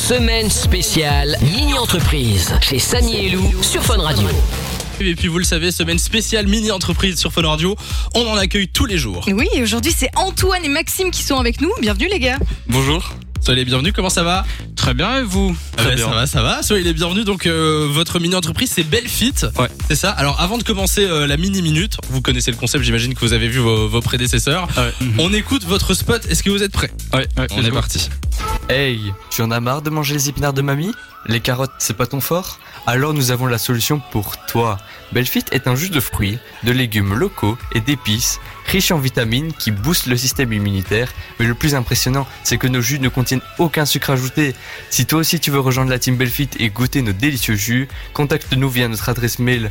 Semaine spéciale mini-entreprise chez Samy et Lou sur Fun Radio. Et puis vous le savez, semaine spéciale mini-entreprise sur Fun Radio, on en accueille tous les jours. Oui, et aujourd'hui c'est Antoine et Maxime qui sont avec nous. Bienvenue les gars. Bonjour. Soyez les bienvenus, comment ça va ? Très bien, et vous ? Très bien. Ça va. Soyez les bienvenus. Donc votre mini-entreprise c'est Belfit. Ouais. C'est ça. Alors avant de commencer la mini-minute, vous connaissez le concept, j'imagine que vous avez vu vos prédécesseurs. Ouais. On écoute votre spot, est-ce que vous êtes prêts ? Ouais, On est parti. Hey, tu en as marre de manger les épinards de mamie ? Les carottes, c'est pas ton fort ? Alors nous avons la solution pour toi. Belfit est un jus de fruits, de légumes locaux et d'épices, riche en vitamines qui boostent le système immunitaire. Mais le plus impressionnant, c'est que nos jus ne contiennent aucun sucre ajouté. Si toi aussi tu veux rejoindre la team Belfit et goûter nos délicieux jus, contacte-nous via notre adresse mail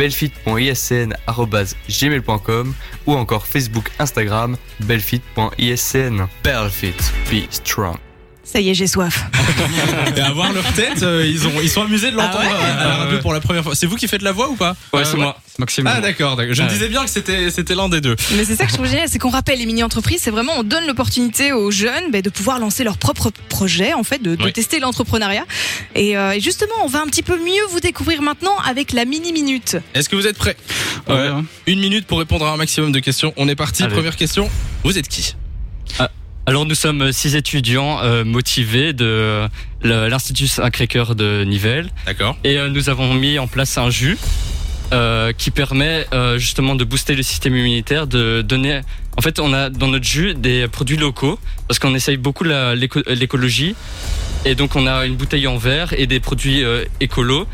belfit.isn@gmail.com ou encore Facebook, Instagram, belfit.isn. Belfit, be strong. Ça y est, j'ai soif. Et à voir leur tête, ils sont amusés de l'entendre à la radio pour la première fois. C'est vous qui faites la voix ou pas ? Ouais, c'est moi, Maxime. Ah d'accord. Je me disais bien que c'était l'un des deux. Mais c'est ça que je trouve génial, c'est qu'on rappelle les mini-entreprises, c'est vraiment on donne l'opportunité aux jeunes de pouvoir lancer leur propre projet, en fait, de tester l'entrepreneuriat. Et justement, on va un petit peu mieux vous découvrir maintenant avec la mini-minute. Est-ce que vous êtes prêts ? Ouais. 1 minute pour répondre à un maximum de questions. On est parti. Allez. Première question. Vous êtes qui ? Alors nous sommes 6 étudiants motivés de l'Institut Sacré-Cœur de Nivelles. D'accord. Et nous avons mis en place un jus qui permet justement de booster le système immunitaire, de donner... En fait, on a dans notre jus des produits locaux parce qu'on essaye beaucoup l'écologie. Et donc on a une bouteille en verre et des produits écolos.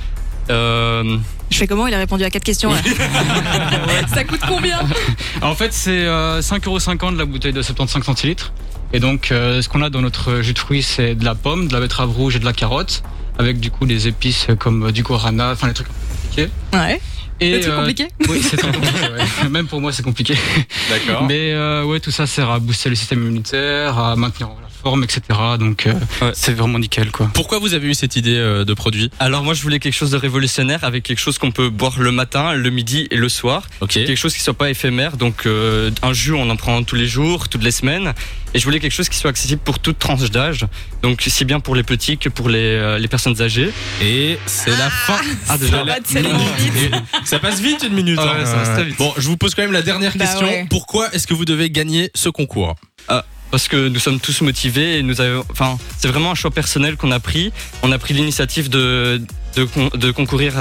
Je fais comment ? Il a répondu à 4 questions. Là. Ça coûte combien ? En fait, c'est 5,50€ de la bouteille de 75 centilitres. Et donc, ce qu'on a dans notre jus de fruits, c'est de la pomme, de la betterave rouge et de la carotte, avec du coup des épices comme du guarana, enfin les trucs compliqués. Ouais. Et, C'est trop compliqué ? Oui, c'est très compliqué. Ouais. Même pour moi, c'est compliqué. D'accord. Mais ouais, tout ça sert à booster le système immunitaire, à maintenir la forme, etc. Donc, c'est vraiment nickel, quoi. Pourquoi vous avez eu cette idée de produit ? Alors moi je voulais quelque chose de révolutionnaire avec quelque chose qu'on peut boire le matin, le midi et le soir. Ok. Quelque chose qui soit pas éphémère, donc un jus on en prend tous les jours, toutes les semaines. Et je voulais quelque chose qui soit accessible pour toute tranche d'âge, donc si bien pour les petits que pour les personnes âgées. Et c'est la fin. Ça va tellement vite. Ça passe vite 1 minute. Ouais, ça passe très vite. Bon, je vous pose quand même la dernière question. Ouais. Pourquoi est-ce que vous devez gagner ce concours ? Parce que nous sommes tous motivés et c'est vraiment un choix personnel qu'on a pris. On a pris l'initiative de concourir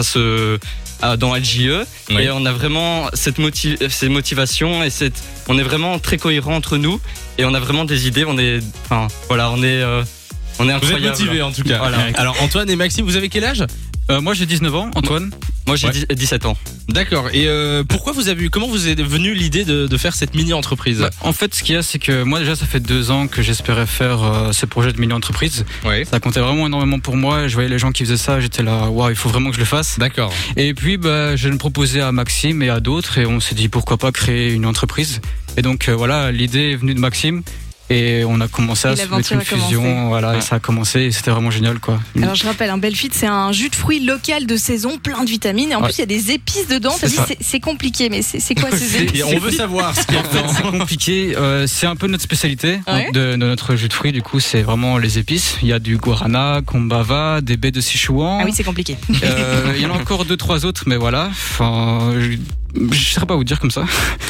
dans LJE. Oui. Et on a vraiment ces motivations et on est vraiment très cohérents entre nous et on a vraiment des idées. On est incroyable. Vous êtes motivés en tout cas. Voilà. Alors Antoine et Maxime, vous avez quel âge ? Moi, j'ai 19 ans, Antoine. Moi j'ai 17 ans. D'accord. Et comment vous est venue l'idée de faire cette mini-entreprise ? Bah, en fait, ce qu'il y a, c'est que moi, déjà, ça fait 2 ans que j'espérais faire ce projet de mini-entreprise. Ouais. Ça comptait vraiment énormément pour moi. Je voyais les gens qui faisaient ça, j'étais là, waouh, il faut vraiment que je le fasse. D'accord. Et puis, je le proposais à Maxime et à d'autres, et on s'est dit pourquoi pas créer une entreprise. Et donc, voilà, l'idée est venue de Maxime. Et on a commencé à se mettre une fusion, voilà, et ça a commencé et c'était vraiment génial, quoi. Alors je rappelle, un Belfit, c'est un jus de fruits local de saison, plein de vitamines, et en plus il y a des épices dedans. T'as dit c'est compliqué, mais c'est quoi ces épices ? Et on veut savoir ce qu'il y a En fait, c'est compliqué. C'est un peu notre spécialité de notre jus de fruits. Du coup, c'est vraiment les épices. Il y a du guarana, kombava, des baies de Sichuan. Ah oui, c'est compliqué. Il y en a encore 2-3 autres, mais voilà. Enfin, je sais pas vous dire comme ça.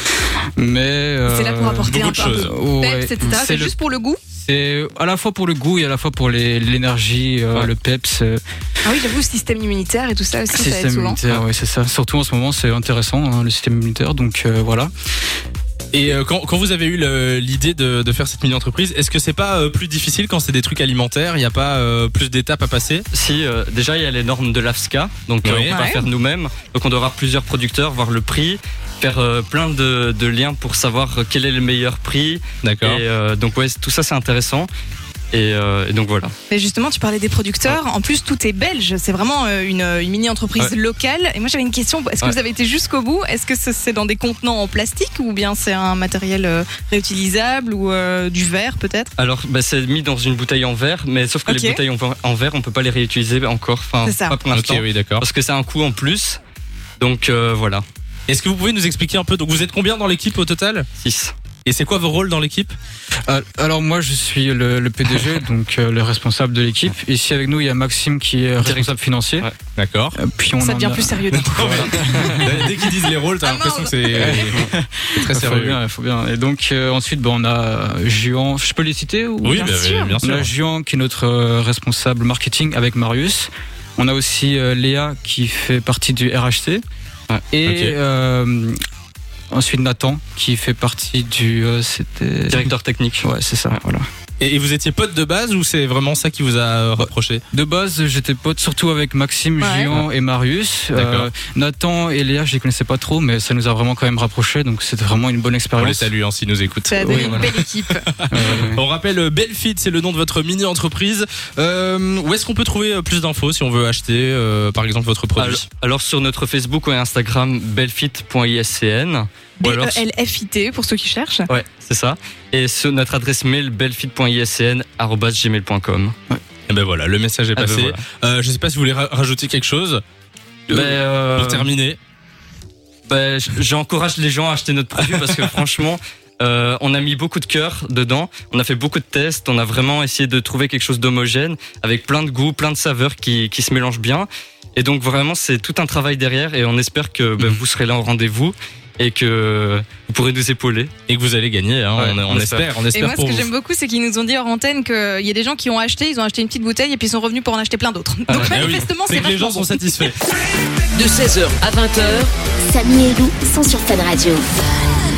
Mais c'est là pour apporter un peu peps, etc. C'est juste pour le goût ? C'est à la fois pour le goût et à la fois pour l'énergie, le peps. Ah oui, j'avoue, le système immunitaire et tout ça aussi, ça aide Système souvent. immunitaire, oui, c'est ça. Surtout en ce moment, c'est intéressant, le système immunitaire. Donc voilà. Et quand vous avez eu l'idée de faire cette mini-entreprise, est-ce que c'est pas plus difficile quand c'est des trucs alimentaires ? Il n'y a pas plus d'étapes à passer ? Si, déjà il y a les normes de l'AFSCA, donc on peut pas faire nous-mêmes. Donc on doit avoir plusieurs producteurs, voir le prix, faire plein de liens pour savoir quel est le meilleur prix. D'accord. Et donc ouais, tout ça c'est intéressant. Et donc voilà. Mais justement, tu parlais des producteurs. En plus, tout est belge. C'est vraiment une mini-entreprise locale. Et moi, j'avais une question. Est-ce que vous avez été jusqu'au bout ? Est-ce que c'est dans des contenants en plastique ou bien c'est un matériel réutilisable ou du verre peut-être ? Alors, c'est mis dans une bouteille en verre, mais sauf que les bouteilles en verre, on peut pas les réutiliser encore. Enfin, c'est ça. pas pour l'instant. Ok, oui, d'accord. Parce que c'est un coût en plus. Donc voilà. Est-ce que vous pouvez nous expliquer un peu ? Donc vous êtes combien dans l'équipe au total ? 6. Et c'est quoi vos rôles dans l'équipe ? Alors moi je suis le PDG, donc le responsable de l'équipe. Ici avec nous il y a Maxime qui est responsable financier. Ouais. D'accord. Puis on ça devient plus sérieux. Dès qu'ils disent les rôles, t'as l'impression que c'est très sérieux. Il faut bien. Et donc ensuite on a Juan, je peux les citer ou... Oui, bien sûr. On a Juan qui est notre responsable marketing avec Marius. On a aussi Léa qui fait partie du RHT. Et ensuite Nathan qui fait partie du c'était directeur technique. Ouais, c'est ça, voilà. Et vous étiez potes de base ou c'est vraiment ça qui vous a rapproché ? De base, j'étais pote surtout avec Maxime, Juan et Marius. Nathan et Léa, je les connaissais pas trop, mais ça nous a vraiment quand même rapprochés, donc c'était vraiment une bonne expérience. On les salue s'ils nous écoutent. Ça a donné une belle équipe. On rappelle Belfit, c'est le nom de votre mini-entreprise. Où est-ce qu'on peut trouver plus d'infos si on veut acheter, par exemple, votre produit ? Alors sur notre Facebook ou Instagram, belfit.iscn. BELFIT pour ceux qui cherchent. Ouais, c'est ça. Et sur notre adresse mail belfit.iscn@gmail.com. Ouais. Et ben voilà, le message est passé. Voilà. Je sais pas si vous voulez rajouter quelque chose pour terminer. J'encourage les gens à acheter notre produit parce que franchement, on a mis beaucoup de cœur dedans. On a fait beaucoup de tests. On a vraiment essayé de trouver quelque chose d'homogène avec plein de goûts, plein de saveurs qui se mélangent bien. Et donc vraiment, c'est tout un travail derrière et on espère que vous serez là au rendez-vous. Et que vous pourrez nous épauler. Et que vous allez gagner, hein. On espère. Et moi, ce que j'aime beaucoup, c'est qu'ils nous ont dit hors antenne qu'il y a des gens qui ont acheté une petite bouteille et puis ils sont revenus pour en acheter plein d'autres. Donc manifestement, c'est que les gens sont satisfaits. De 16h à 20h, Samy et Lou sont sur Fun Radio.